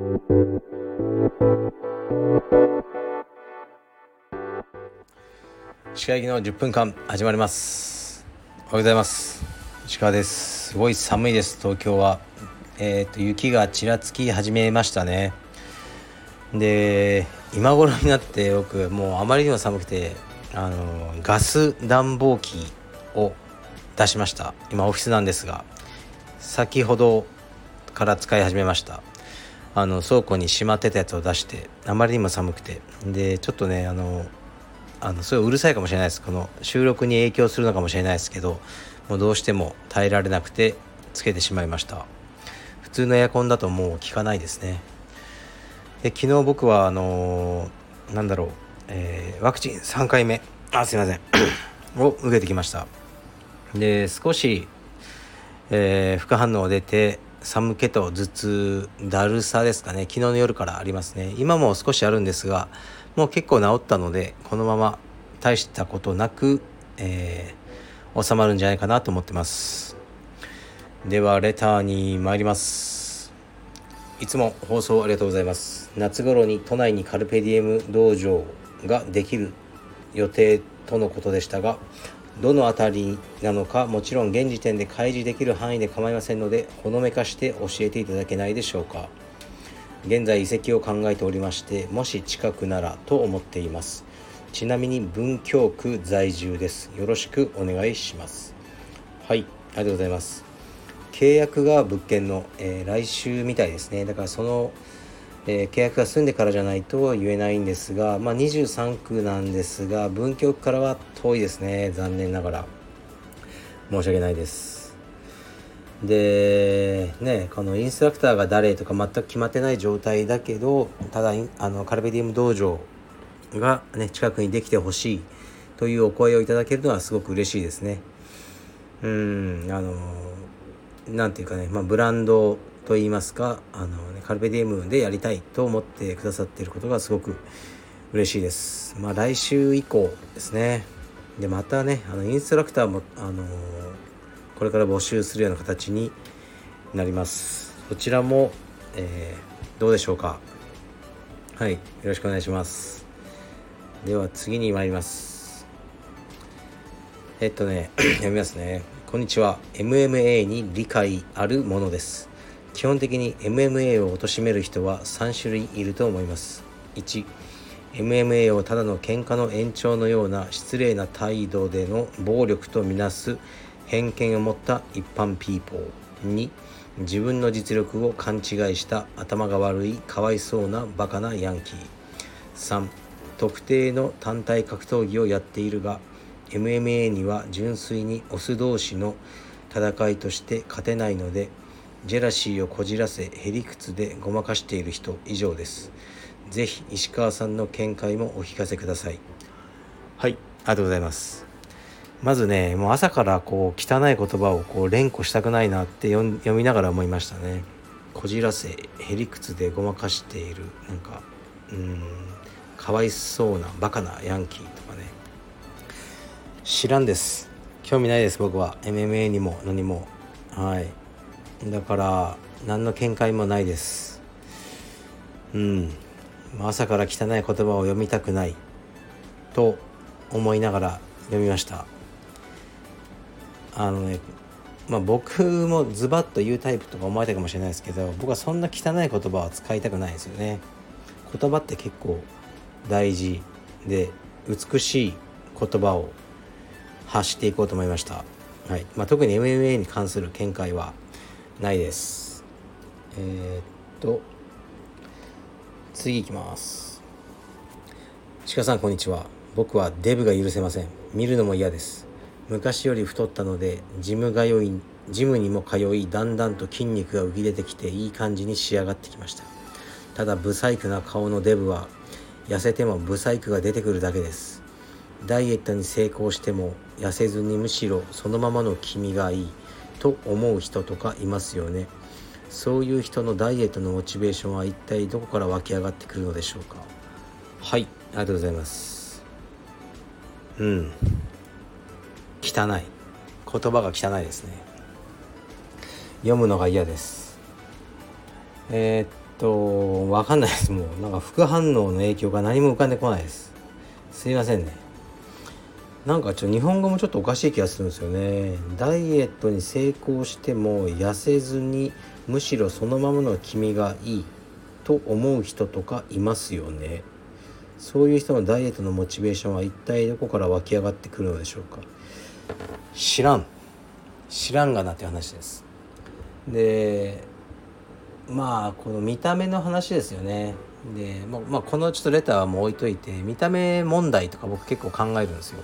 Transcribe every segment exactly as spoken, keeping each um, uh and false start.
石川行きのじゅっぷんかん始まります。おはようございます。石川です。すごい寒いです。東京は、えー、と雪がちらつき始めましたね。で今頃になって僕もうあまりにも寒くてあのガス暖房機を出しました。今オフィスなんですが先ほどから使い始めました。あの倉庫にしまってたやつを出してあまりにも寒くてでちょっとねあのあのすごいうるさいかもしれないです。この収録に影響するのかもしれないですけどもうどうしても耐えられなくてつけてしまいました。普通のエアコンだともう効かないですね。で昨日僕はあのー、なんだろう、えー、ワクチンさんかいめあすいませんを受けてきました。で少し、えー、副反応出て寒気と頭痛だるさですかね、昨日の夜からありますね。今も少しあるんですがもう結構治ったのでこのまま大したことなく、えー、収まるんじゃないかなと思ってます。ではレターに参ります。いつも放送ありがとうございます。夏頃に都内にカルペディエム道場ができる予定とのことでしたが、どのあたりなのかもちろん現時点で開示できる範囲で構いませんのでほのめかして教えていただけないでしょうか。現在移籍を考えておりましてもし近くならと思っています。ちなみに文京区在住です。よろしくお願いします。はい、ありがとうございます。契約が物件の、えー、来週みたいですね。だからその、えー、契約が済んでからじゃないと言えないんですが、まあ、にじゅうさんくなんですが文京区からは遠いですね。残念ながら申し訳ないです。でねこのインストラクターが誰とか全く決まってない状態だけど、ただあのカルペディウム道場が、ね、近くにできてほしいというお声をいただけるのはすごく嬉しいですね。うーんあのなんていうかね、まあ、ブランドといいますかあの、ね、カルペディエムでやりたいと思ってくださっていることがすごく嬉しいです。まあ来週以降ですね。でまたねあのインストラクターもあのこれから募集するような形になります。そちらも、えー、どうでしょうか。はい、よろしくお願いします。では次に参ります。えっとね読みますね。こんにちは。 エムエムエー に理解あるものです。基本的に エムエムエー を貶める人はさん種類いると思います。いち、エムエムエー をただの喧嘩の延長のような失礼な態度での暴力とみなす偏見を持った一般ピーポー。に、自分の実力を勘違いした頭が悪いかわいそうなバカなヤンキー。さん、特定の単体格闘技をやっているが エムエムエー には純粋にオス同士の戦いとして勝てないのでジェラシーをこじらせへりくつでごまかしている人。以上です。ぜひ石川さんの見解もお聞かせください。はい、ありがとうございます。まずねもう朝からこう汚い言葉をこう連呼したくないなって読みながら思いましたね。こじらせへりくつでごまかしている、なんかうーんかわいそうなバカなヤンキーとかね。知らんです。興味ないです。僕は エムエムエー にも何も。はいだから何の見解もないです。うん朝から汚い言葉を読みたくないと思いながら読みました。あのねまあ僕もズバッと言うタイプとか思われたかもしれないですけど、僕はそんな汚い言葉は使いたくないですよね。言葉って結構大事で美しい言葉を発していこうと思いました。はいまあ、特に エムエムエー に関する見解はないです。えー、っと次行きます。鹿さんこんにちは。僕はデブが許せません。見るのも嫌です。昔より太ったのでジム通いジムにも通いだんだんと筋肉が浮き出てきていい感じに仕上がってきました。ただブサイクな顔のデブは痩せてもブサイクが出てくるだけです。ダイエットに成功しても痩せずにむしろそのままの君がいいと思う人とかいますよね。そういう人のダイエットのモチベーションは一体どこから湧き上がってくるのでしょうか。はい、ありがとうございます。うん汚い言葉が汚いですね。読むのが嫌です。えー、っとわかんないです。もうなんか副反応の影響が何も浮かんでこないです。すいませんね。なんかちょっと日本語もちょっとおかしい気がするんですよね。ダイエットに成功しても痩せずに、むしろそのままの君がいいと思う人とかいますよね。そういう人のダイエットのモチベーションは一体どこから湧き上がってくるのでしょうか。知らん知らんがなって話です。でまあこの見た目の話ですよね。で、まあ、まあこのちょっとレターはもう置いといて、見た目問題とか僕結構考えるんですよ。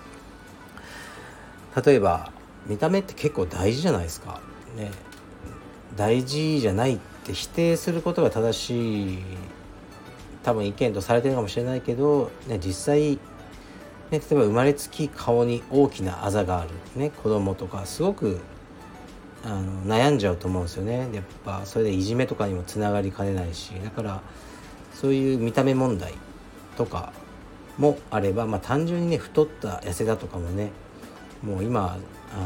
例えば見た目って結構大事じゃないですかね。大事じゃないって否定することが正しい多分意見とされてるかもしれないけど、ね、実際、ね、例えば生まれつき顔に大きなあざがある、ね、子供とかすごくあの悩んじゃうと思うんですよね。やっぱそれでいじめとかにもつながりかねないし、だからそういう見た目問題とかもあれば、まあ、単純にね太った痩せたとかもね、もう今、あのー、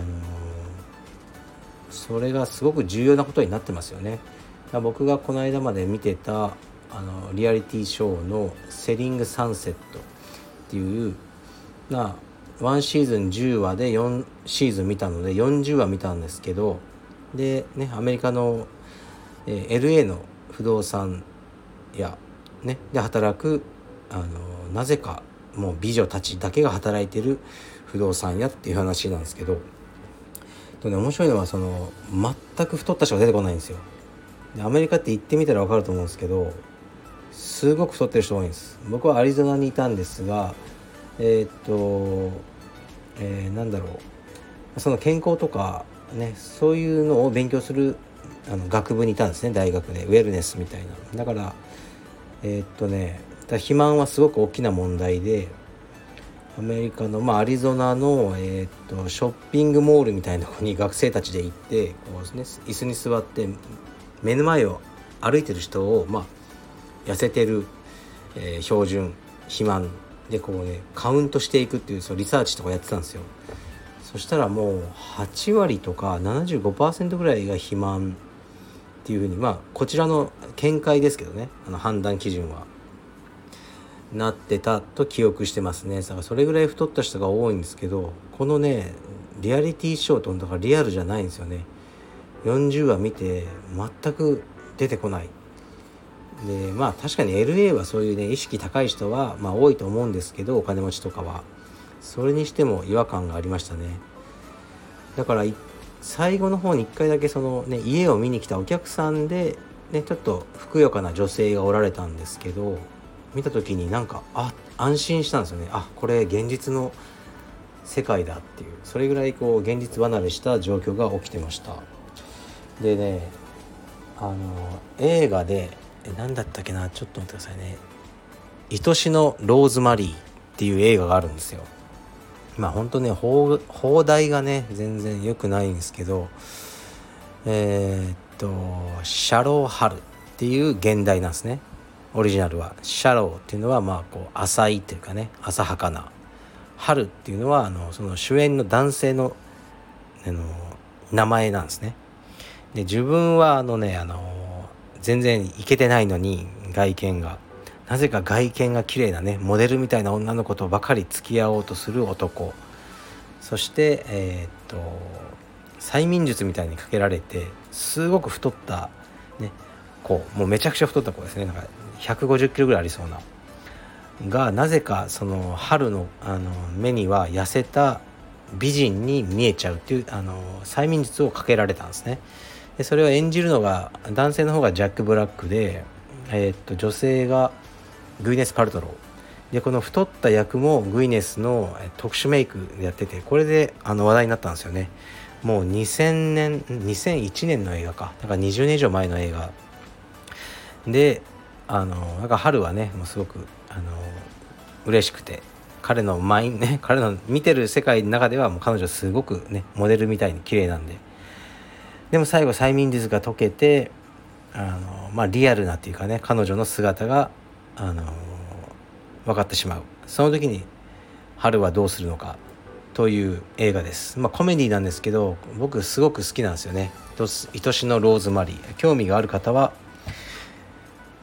それがすごく重要なことになってますよね。僕がこの間まで見てたあのリアリティショーのセリングサンセットっていうなワンシーズンじゅうわでよんシーズン見たのでよんじゅうわ見たんですけど、でねアメリカの、えー、エルエー の不動産屋、ね、で働くあのなぜかもう美女たちだけが働いてる不動産屋っていう話なんですけど、と、ね、面白いのはその全く太った人が出てこないんですよ。でアメリカって行ってみたら分かると思うんですけど、すごく太ってる人多いんです。僕はアリゾナにいたんですが、えー、っと、えー、なんだろうその健康とかね、そういうのを勉強するあの学部にいたんですね、大学で。ウェルネスみたいな。だからえー、っとね肥満はすごく大きな問題で、アメリカの、まあ、アリゾナの、えー、っとショッピングモールみたいなところに学生たちで行って、こう、ね、椅子に座って目の前を歩いてる人を、まあ、痩せてる、えー、標準肥満でこうねカウントしていくっていう、そのリサーチとかやってたんですよ。そしたらもうはちわりとか ななじゅうごパーセント ぐらいが肥満っていうふうに、まあこちらの見解ですけどね、あの判断基準はなってたと記憶してますね。だからそれぐらい太った人が多いんですけど、このねリアリティショーとだからリアルじゃないんですよね。よんじゅうわ見て全く出てこないで、まあ確かに エルエー はそういうね意識高い人はまあ多いと思うんですけど、お金持ちとかはそれにしても違和感がありましたね。だから最後の方に一回だけそのね家を見に来たお客さんでねちょっとふくよかな女性がおられたんですけど、見た時になんかあ安心したんですよね。あこれ現実の世界だっていう、それぐらいこう現実離れした状況が起きてました。でねあの映画でえ何だったっけな、ちょっと待ってくださいね。愛しのローズマリーっていう映画があるんですよ。まあ本当ね 放, 放題がね全然良くないんですけど、えー、っとシャローハルっていう現代なんですね。オリジナルはシャローっていうのはまあこう浅いっていうかね、浅はかな。春っていうのはあのその主演の男性の、あの名前なんですね。で自分はあのねあの全然イケてないのに外見がなぜか外見が綺麗なねモデルみたいな女の子とばかり付き合おうとする男、そしてえー、っと催眠術みたいにかけられてすごく太ったね子、もうめちゃくちゃ太った子ですね。なんかひゃくごじゅっキロぐらいありそうなが、なぜかその春のあの目には痩せた美人に見えちゃうっていうあの催眠術をかけられたんですね。でそれを演じるのが男性の方がジャック・ブラックで、えー、っと女性がグイネス・パルトローで、この太った役もグイネスの特殊メイクでやってて、これであの話題になったんですよね。もうにせんねんにせんいちねんの映画か、だからにじゅうねん以上前の映画で、あのなんか春はねもうすごくあの嬉しくて、彼のマインね彼の見てる世界の中ではもう彼女すごくねモデルみたいに綺麗なんで、でも最後催眠術が解けてあの、まあ、リアルなっていうかね彼女の姿があの分かってしまう。その時に春はどうするのかという映画です。まあコメディなんですけど僕すごく好きなんですよね。愛しのローズマリー、興味がある方は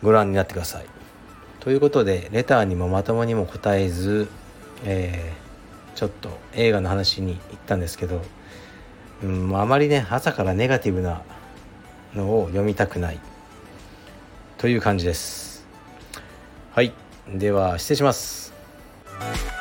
ご覧になってください。ということでレターにもまともにも答えず、えー、ちょっと映画の話に行ったんですけど、うん、あまりね朝からネガティブなのを読みたくないという感じです。はい、では失礼します。